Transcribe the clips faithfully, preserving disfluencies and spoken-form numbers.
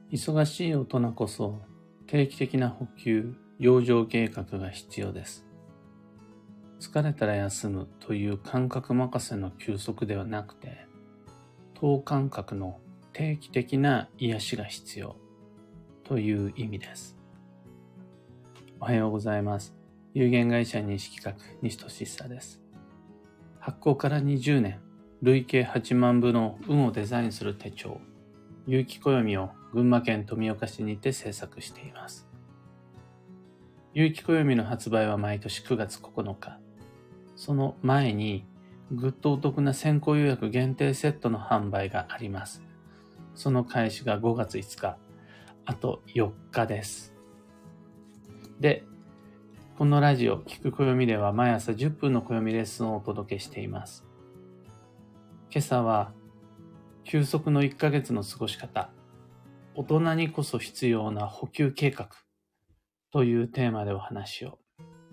忙しい大人こそ定期的な補給、養生計画が必要です。疲れたら休むという感覚任せの休息ではなくて、等間隔の定期的な癒しが必要という意味です。おはようございます。有限会社西企画西俊久です。発行からにじゅうねん、累計はちまんぶの運をデザインする手帳、有機暦を群馬県富岡市にて制作しています。有機暦の発売は毎年くがつここのか。その前にぐっとお得な先行予約限定セットの販売があります。その開始がごがついつか、あとよっかです。で、このラジオ聞く暦では毎朝じゅっぷんの暦レッスンをお届けしています。今朝は休息のいっかげつの過ごし方、大人にこそ必要な補給計画というテーマでお話を。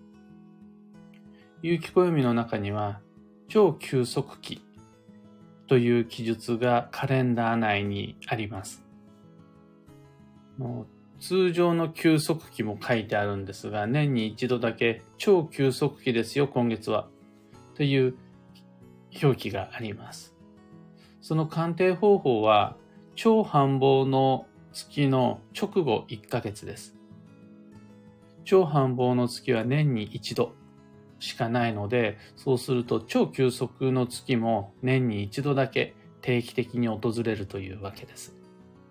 有機暦の中には超休息期という記述がカレンダー内にあります。もう通常の休息期も書いてあるんですが、年に一度だけ超休息期ですよ今月はという表記があります。その鑑定方法は超繁忙の月の直後いっかげつです。超繁忙の月は年に一度しかないので、そうすると超休息の月も年に一度だけ定期的に訪れるというわけです。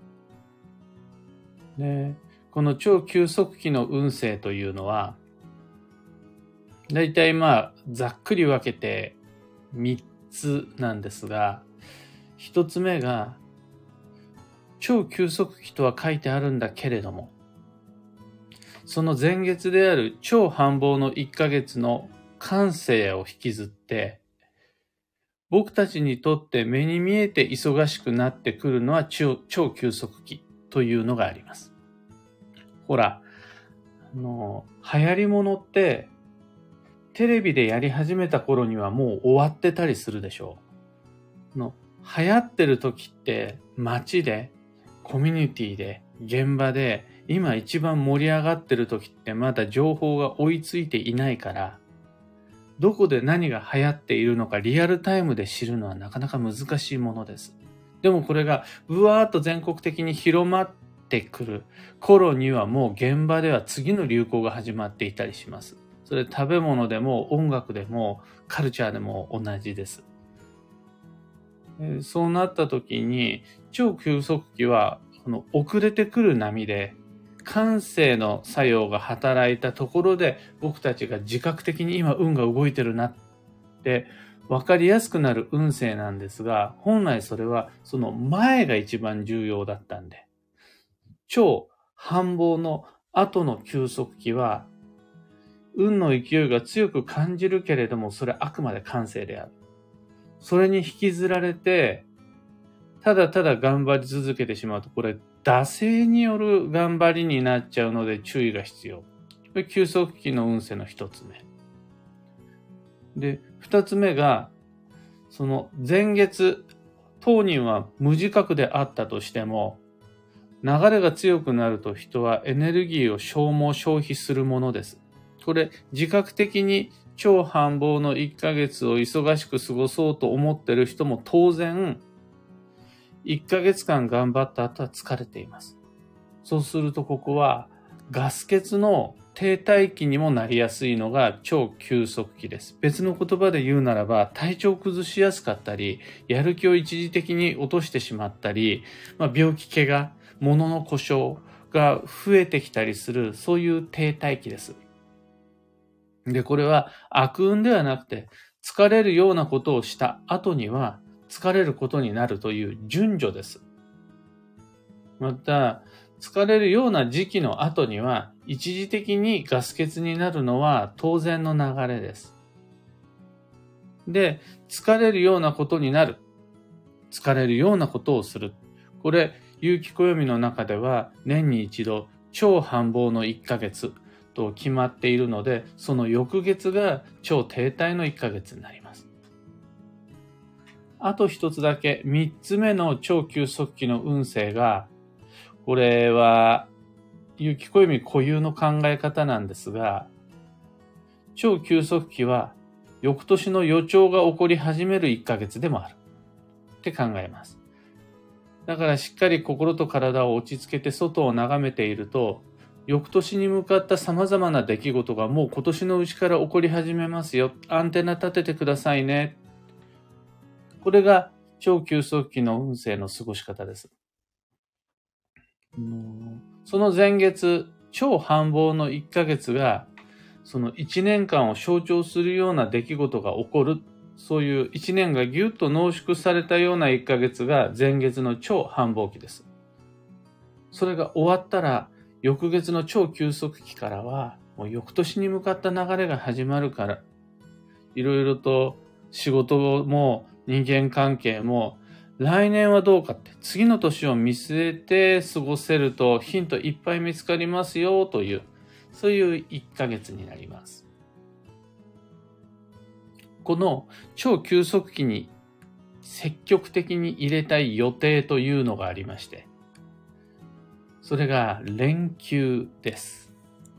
で、この超休息期の運勢というのは、だいたいまあざっくり分けてみっつなんですが、ひとつめが超休息期とは書いてあるんだけれども、その前月である超繁忙のいっかげつの感性を引きずって、僕たちにとって目に見えて忙しくなってくるのは超、超休息期というのがあります。ほら、あの、流行り物ってテレビでやり始めた頃にはもう終わってたりするでしょう。の流行ってる時って街で、コミュニティで、現場で今一番盛り上がってる時ってまだ情報が追いついていないから、どこで何が流行っているのかリアルタイムで知るのはなかなか難しいものです。でもこれがうわーっと全国的に広まってくる頃にはもう現場では次の流行が始まっていたりします。それ食べ物でも音楽でもカルチャーでも同じです。そうなった時に超休息期はこの遅れてくる波で感性の作用が働いたところで僕たちが自覚的に今運が動いてるなって分かりやすくなる運勢なんですが、本来それはその前が一番重要だったんで、超繁忙の後の休息期は運の勢いが強く感じるけれども、それはあくまで感性である。それに引きずられてただただ頑張り続けてしまうと、これ惰性による頑張りになっちゃうので注意が必要。これ休息期の運勢の一つ目。で、二つ目が、その前月、当人は無自覚であったとしても、流れが強くなると人はエネルギーを消耗消費するものです。これ自覚的に超繁忙のいっかげつを忙しく過ごそうと思っている人も当然、いっかげつかん頑張った後は疲れています。そうするとここはガス欠の停滞期にもなりやすいのが超休息期です。別の言葉で言うならば、体調を崩しやすかったり、やる気を一時的に落としてしまったり、まあ、病気、怪我、物の故障が増えてきたりする、そういう停滞期です。で、これは悪運ではなくて、疲れるようなことをした後には、疲れることになるという順序です。また、疲れるような時期の後には、一時的にガス欠になるのは当然の流れです。で、疲れるようなことになる。疲れるようなことをする。これ、有機暦の中では年に一度、超繁忙のいっかげつと決まっているので、その翌月が超停滞のいっかげつになります。あと一つだけ、三つ目の超休息期の運勢が、 これは、有機暦固有の考え方なんですが、超休息期は翌年の予兆が起こり始めるいっかげつでもあるって考えます。だからしっかり心と体を落ち着けて外を眺めていると、翌年に向かった様々な出来事がもう今年のうちから起こり始めますよ。アンテナ立ててくださいね。これが超休息期の運勢の過ごし方です。その前月、超繁忙のいっかげつが、そのいちねんかんを象徴するような出来事が起こる。そういういちねんがぎゅっと濃縮されたようないっかげつが前月の超繁忙期です。それが終わったら、翌月の超休息期からは、もう翌年に向かった流れが始まるから、いろいろと仕事も人間関係も、来年はどうかって、次の年を見据えて過ごせるとヒントいっぱい見つかりますよという、そういういっかげつになります。この超休息期に積極的に入れたい予定というのがありまして、それが連休です。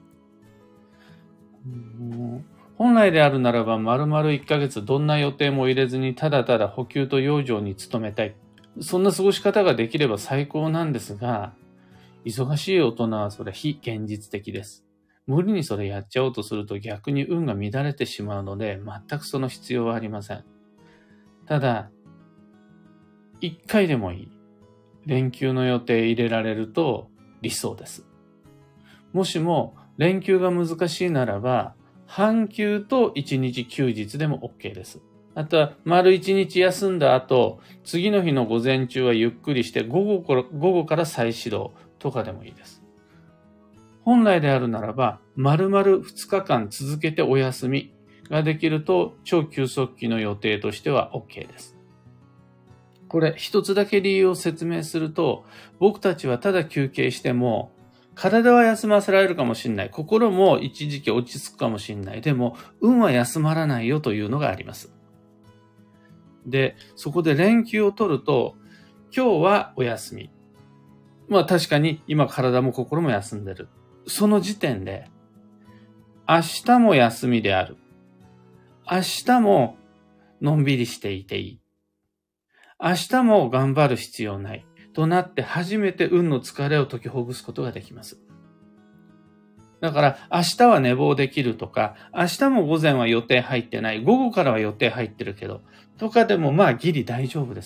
本来であるならば丸々いっかげつどんな予定も入れずにただただ補給と養生に努めたい。そんな過ごし方ができれば最高なんですが、忙しい大人はそれ非現実的です。無理にそれやっちゃおうとすると逆に運が乱れてしまうので全くその必要はありません。ただ、一回でもいい。連休の予定入れられると理想です。もしも連休が難しいならば、半休といちにち休日でも OK です。あとは丸いちにち休んだ後、次の日の午前中はゆっくりして午後から、午後から再始動とかでもいいです。本来であるならば、丸々ふつかかん続けてお休みができると超休息期の予定としては OK です。これ一つだけ理由を説明すると、僕たちはただ休憩しても、体は休ませられるかもしれない。心も一時期落ち着くかもしれない。でも、運は休まらないよというのがあります。で、そこで連休を取ると、今日はお休み。まあ確かに今体も心も休んでる。その時点で、明日も休みである。明日ものんびりしていていい。明日も頑張る必要ない。となって初めて運の疲れを解きほぐすことができます。だから明日は寝坊できるとか、明日も午前は予定入ってない、午後からは予定入ってるけど、とかでもまあギリ大丈夫です。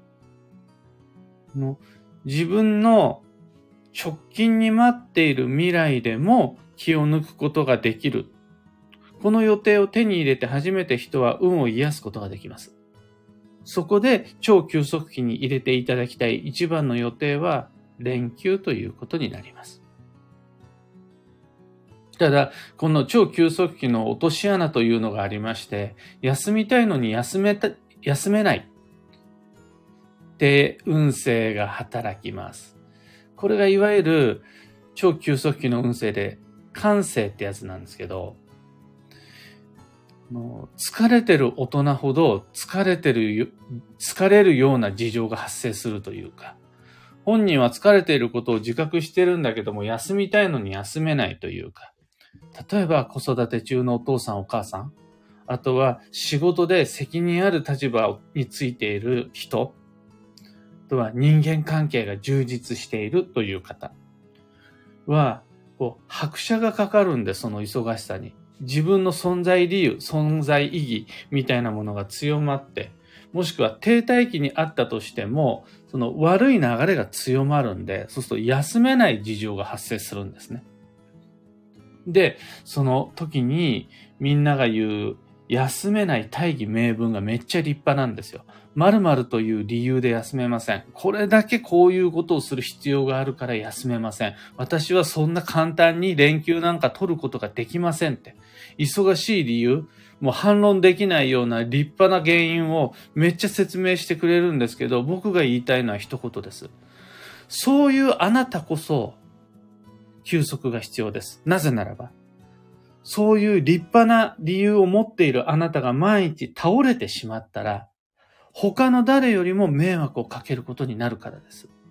の自分の直近に待っている未来でも気を抜くことができる。この予定を手に入れて初めて人は運を癒すことができます。そこで超休息期に入れていただきたい一番の予定は連休ということになります。ただ、この超休息期の落とし穴というのがありまして、休みたいのに休めた、休めないって運勢が働きます。これがいわゆる超休息期の運勢で感性ってやつなんですけど、疲れてる大人ほど疲れてる、疲れるような事情が発生するというか、本人は疲れていることを自覚してるんだけども、休みたいのに休めないというか、例えば子育て中のお父さんお母さん、あとは仕事で責任ある立場についている人、あとは人間関係が充実しているという方は、こう拍車がかかるんで、その忙しさに。自分の存在理由、存在意義みたいなものが強まって、もしくは停滞期にあったとしても、その悪い流れが強まるんで、そうすると休めない事情が発生するんですね。で、その時にみんなが言う休めない大義名分がめっちゃ立派なんですよ。〇〇という理由で休めません。これだけこういうことをする必要があるから休めません。私はそんな簡単に連休なんか取ることができませんって。忙しい理由、もう反論できないような立派な原因をめっちゃ説明してくれるんですけど、僕が言いたいのは一言です。そういうあなたこそ休息が必要です。なぜならば、そういう立派な理由を持っているあなたが万一倒れてしまったら、他の誰よりも迷惑をかけることになるからです。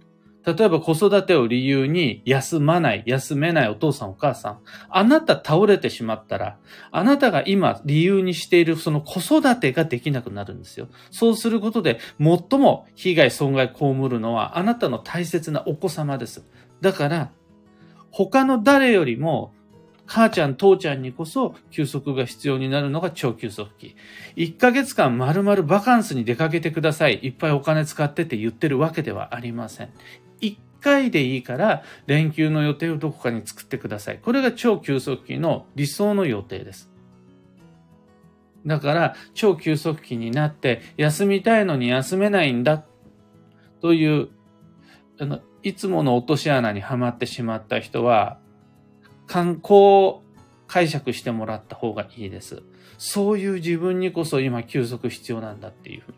例えば子育てを理由に休まない、休めないお父さんお母さん。あなた倒れてしまったら、あなたが今理由にしているその子育てができなくなるんですよ。そうすることで最も被害損害被るのはあなたの大切なお子様です。だから、他の誰よりも母ちゃん、父ちゃんにこそ休息が必要になるのが超休息期。いっかげつかん丸々バカンスに出かけてください。いっぱいお金使ってって言ってるわけではありません。いっかいでいいから連休の予定をどこかに作ってください。これが超休息期の理想の予定です。だから超休息期になって休みたいのに休めないんだというあのいつもの落とし穴にはまってしまった人は観光解釈してもらった方がいいです。そういう自分にこそ今休息必要なんだっていうふう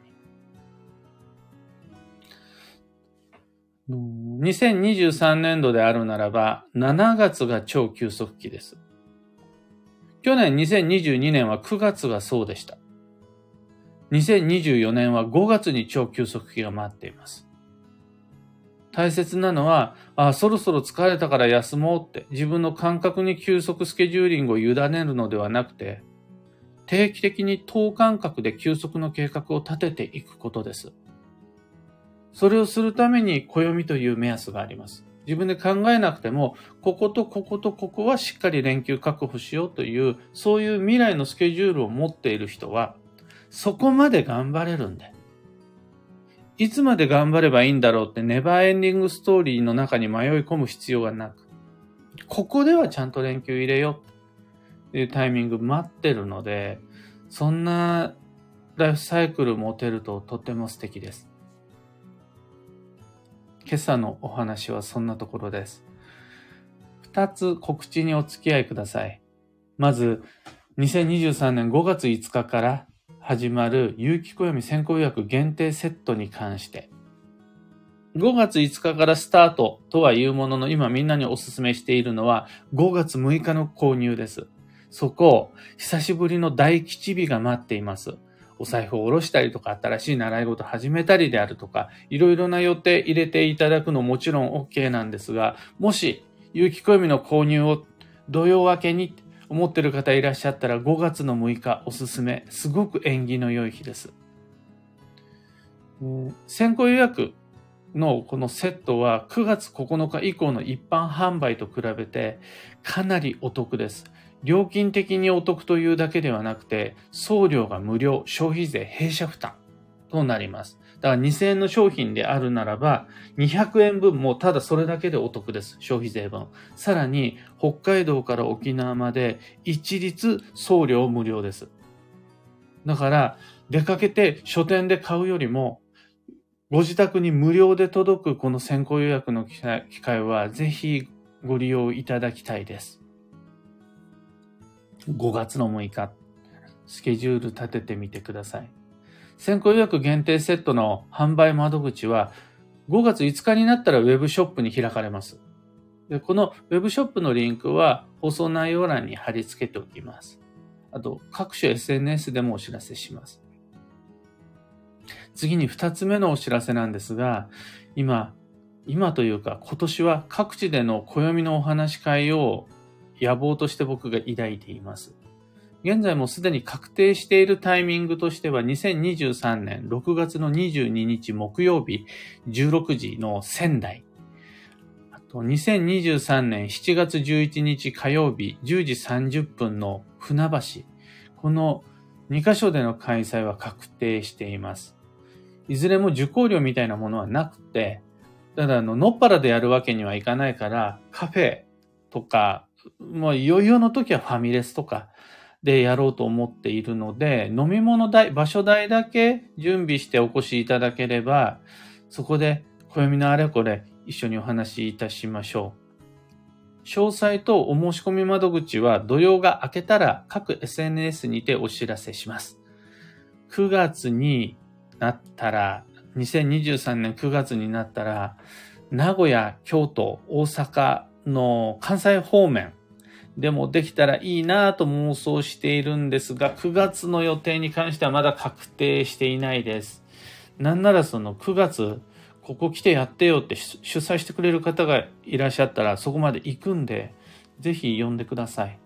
に。にせんにじゅうさんねんどであるならば、しちがつが超休息期です。去年にせんにじゅうにねんはくがつがそうでした。にせんにじゅうよねんはごがつに超休息期が待っています。大切なのは、あ、そろそろ疲れたから休もうって自分の感覚に休息スケジューリングを委ねるのではなくて、定期的に等間隔で休息の計画を立てていくことです。それをするために暦という目安があります。自分で考えなくても、こことこことここはしっかり連休確保しようという、そういう未来のスケジュールを持っている人は、そこまで頑張れるんで。いつまで頑張ればいいんだろうってネバーエンディングストーリーの中に迷い込む必要がなく、ここではちゃんと連休入れようっていうタイミング待ってるので、そんなライフサイクル持てるととっても素敵です。今朝のお話はそんなところです。二つ告知にお付き合いください。まず、にせんにじゅうさんねんごがついつかから始まる有機暦先行予約限定セットに関して、ごがついつかからスタートとはいうものの、今みんなにお勧めしているのはごがつむいかの購入です。そこ、久しぶりの大吉日が待っています。お財布を下ろしたりとか、新しい習い事始めたりであるとか、いろいろな予定入れていただくのもちろん OK なんですが、もし有機暦の購入を土曜明けに思っている方いらっしゃったらごがつのむいかおすすめ。すごく縁起の良い日です。先行予約のこのセットはくがつここのか以降の一般販売と比べてかなりお得です。料金的にお得というだけではなくて、送料が無料、消費税弊社負担となります。だからにせんえんの商品であるならば、にひゃくえんぶんもただそれだけでお得です。消費税分。さらに、北海道から沖縄まで一律送料無料です。だから、出かけて書店で買うよりも、ご自宅に無料で届くこの先行予約の機会は、ぜひご利用いただきたいです。ごがつのむいか、スケジュール立ててみてください。先行予約限定セットの販売窓口はごがついつかになったらウェブショップに開かれます。で、このウェブショップのリンクは放送内容欄に貼り付けておきます。あと、各種 エスエヌエス でもお知らせします。次に二つ目のお知らせなんですが、今、今というか今年は各地での暦のお話し会を野望として僕が抱いています。現在もすでに確定しているタイミングとしてはにせんにじゅうさんねんろくがつのにじゅうににち木曜日じゅうろくじの仙台。あとにせんにじゅうさんねんしちがつじゅういちにち火曜日じゅうじさんじゅっぷんの船橋。このにかしょでの開催は確定しています。いずれも受講料みたいなものはなくて、ただあの、のっぱらでやるわけにはいかないから、カフェとか、もういよいよの時はファミレスとかでやろうと思っているので、飲み物代、場所代だけ準備してお越しいただければ、そこで暦のあれこれ一緒にお話しいたしましょう。詳細とお申し込み窓口は土曜が明けたら各 エスエヌエス にてお知らせします。くがつになったら、にせんにじゅうさんねんくがつになったら、名古屋、京都、大阪の関西方面でもできたらいいなぁと妄想しているんですが、くがつの予定に関してはまだ確定していないです。なんならそのくがつここ来てやってよって主催してくれる方がいらっしゃったらそこまで行くんで、ぜひ呼んでください。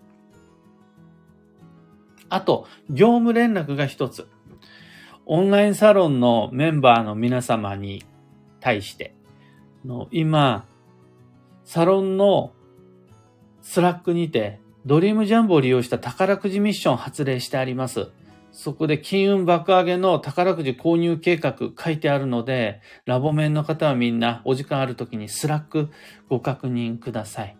あと、業務連絡が一つ。オンラインサロンのメンバーの皆様に対して、の今、サロンのスラックにてドリームジャンボを利用した宝くじミッション発令してあります。そこで金運爆上げの宝くじ購入計画書いてあるので、ラボ面の方はみんなお時間あるときにスラックご確認ください。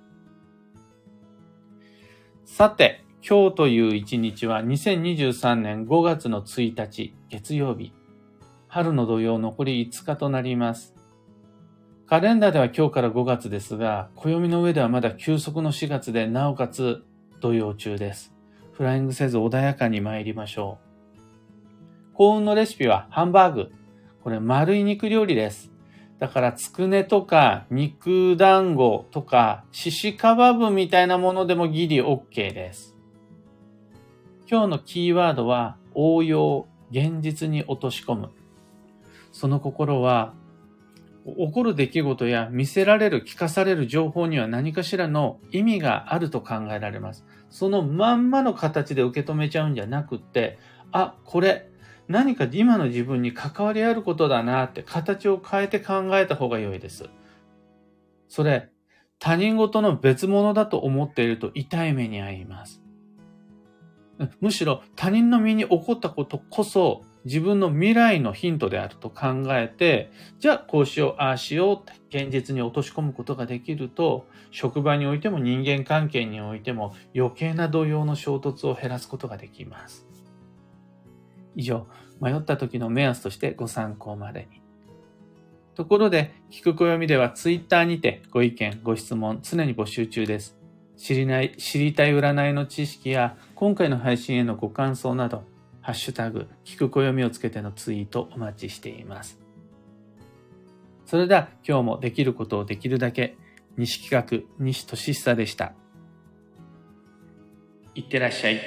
さて、今日という一日はにせんにじゅうさんねんごがつのついたち月曜日。春の土曜残りいつかとなります。カレンダーでは今日からごがつですが、暦の上ではまだ休息のしがつで、なおかつ土曜中です。フライングせず穏やかに参りましょう。幸運のレシピはハンバーグ。これ丸い肉料理です。だからつくねとか肉団子とかシシカバブみたいなものでもギリ OK です。今日のキーワードは応用、現実に落とし込む。その心は起こる出来事や見せられる、聞かされる情報には何かしらの意味があると考えられます。そのまんまの形で受け止めちゃうんじゃなくって、あ、これ何か今の自分に関わりあることだなって形を変えて考えた方が良いです。それ、他人事の別物だと思っていると痛い目に遭います。むしろ他人の身に起こったことこそ自分の未来のヒントであると考えて、じゃあこうしよう、ああしようって現実に落とし込むことができると、職場においても人間関係においても余計な動揺の衝突を減らすことができます。以上、迷った時の目安としてご参考までに。ところで、聞く暦ではツイッターにてご意見、ご質問常に募集中です。知りない、知りたい占いの知識や今回の配信へのご感想など、ハッシュタグ、聞く暦をつけてのツイートお待ちしています。それでは今日もできることをできるだけ、西企画、西俊久でした。いってらっしゃい。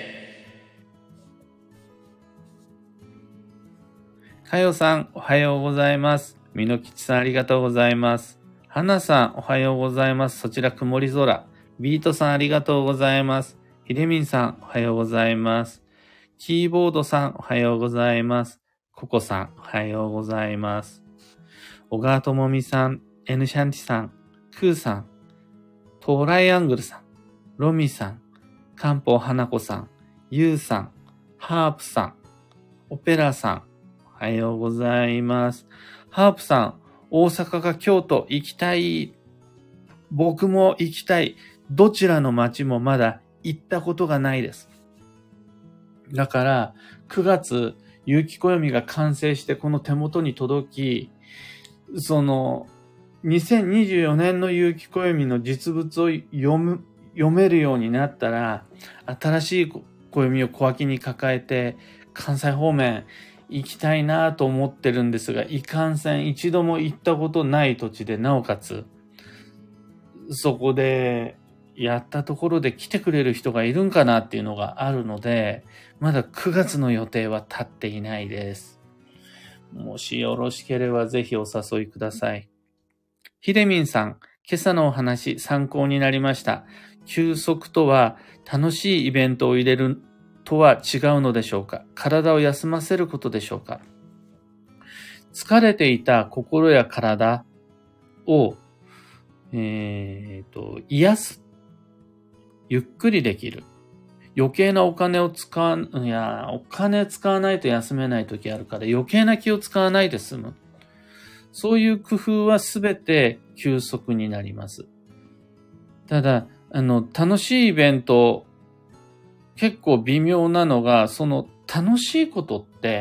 かよさん、おはようございます。みのきちさん、ありがとうございます。はなさん、おはようございます。そちら曇り空。ビートさん、ありがとうございます。ひでみんさん、おはようございます。キーボードさん、おはようございます。ココさん、おはようございます。小川ともみさん、エヌシャンティさん、クーさん、トライアングルさん、ロミさん、カンポー花子さん、ユウさん、ハープさん、オペラさん、おはようございます。ハープさん、大阪か京都行きたい。僕も行きたい。どちらの街もまだ行ったことがないです。だから、くがつ、有機暦が完成してこの手元に届き、その、にせんにじゅうよねんの有機暦の実物を読む、読めるようになったら、新しい暦を小脇に抱えて、関西方面行きたいなと思ってるんですが、いかんせん一度も行ったことない土地で、なおかつ、そこで、やったところで来てくれる人がいるんかなっていうのがあるので、まだくがつの予定は立っていないです。もしよろしければぜひお誘いください。ひでみんさん、今朝のお話参考になりました。休息とは楽しいイベントを入れるとは違うのでしょうか？体を休ませることでしょうか？疲れていた心や体を、えーと、癒す。ゆっくりできる。余計なお金を使わ、いや、お金使わないと休めない時あるから余計な気を使わないで済む。そういう工夫はすべて休息になります。ただ、あの、楽しいイベント、結構微妙なのが、その楽しいことって、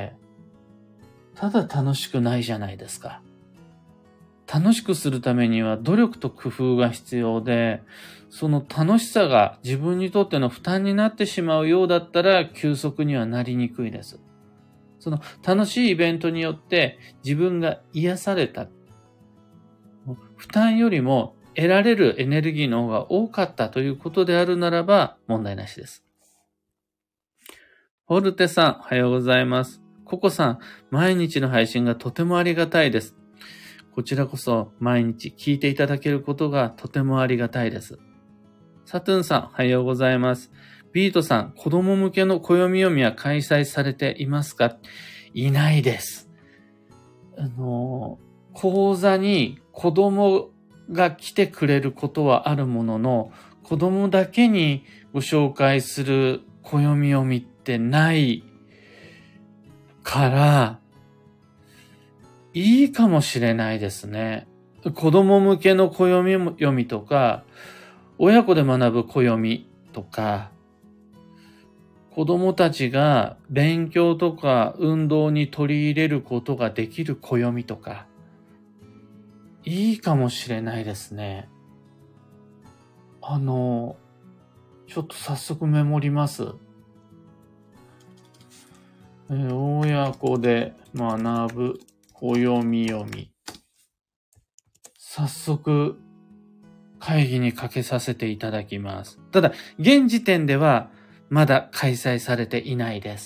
ただ楽しくないじゃないですか。楽しくするためには努力と工夫が必要で、その楽しさが自分にとっての負担になってしまうようだったら休息にはなりにくいです。その楽しいイベントによって自分が癒された。負担よりも得られるエネルギーの方が多かったということであるならば問題なしです。ホルテさん、おはようございます。ココさん、毎日の配信がとてもありがたいです。 こちらこそ毎日聞いていただけることがとてもありがたいです。サトゥンさん、おはようございます。ビートさん、子供向けの暦読みは開催されていますか？いないです。あの、講座に子供が来てくれることはあるものの、子供だけにご紹介する暦読みってないから、いいかもしれないですね。子供向けの暦読みとか、親子で学ぶ暦とか、子供たちが勉強とか運動に取り入れることができる暦とか、いいかもしれないですね。あの、ちょっと早速メモります。えー、親子で学ぶ暦読み。早速会議にかけさせていただきます。ただ、現時点ではまだ開催されていないです。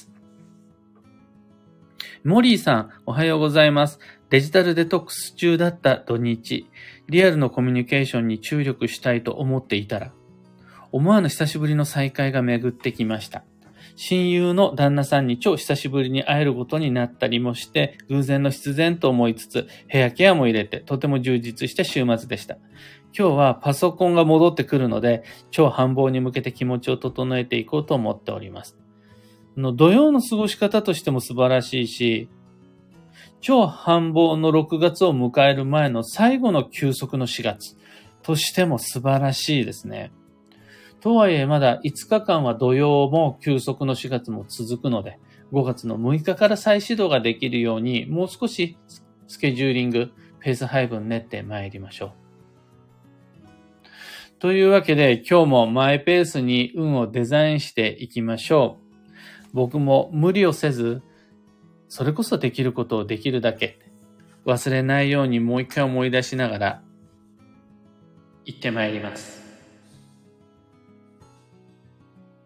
モリーさん、おはようございます。デジタルデトックス中だった土日、リアルのコミュニケーションに注力したいと思っていたら、思わぬ久しぶりの再会が巡ってきました。親友の旦那さんに超久しぶりに会えることになったりもして、偶然の必然と思いつつ、ヘアケアも入れて、とても充実した週末でした。今日はパソコンが戻ってくるので、超繁忙に向けて気持ちを整えていこうと思っております。の土曜の過ごし方としても素晴らしいし、超繁忙のろくがつを迎える前の最後の休息のしがつとしても素晴らしいですね。とはいえまだいつかかんは土曜も休息のしがつも続くので、ごがつのむいかから再始動ができるように、もう少しスケジューリング、ペース配分練ってまいりましょう。というわけで今日もマイペースに運をデザインしていきましょう。僕も無理をせず、それこそできることをできるだけ忘れないようにもう一回思い出しながら行ってまいります。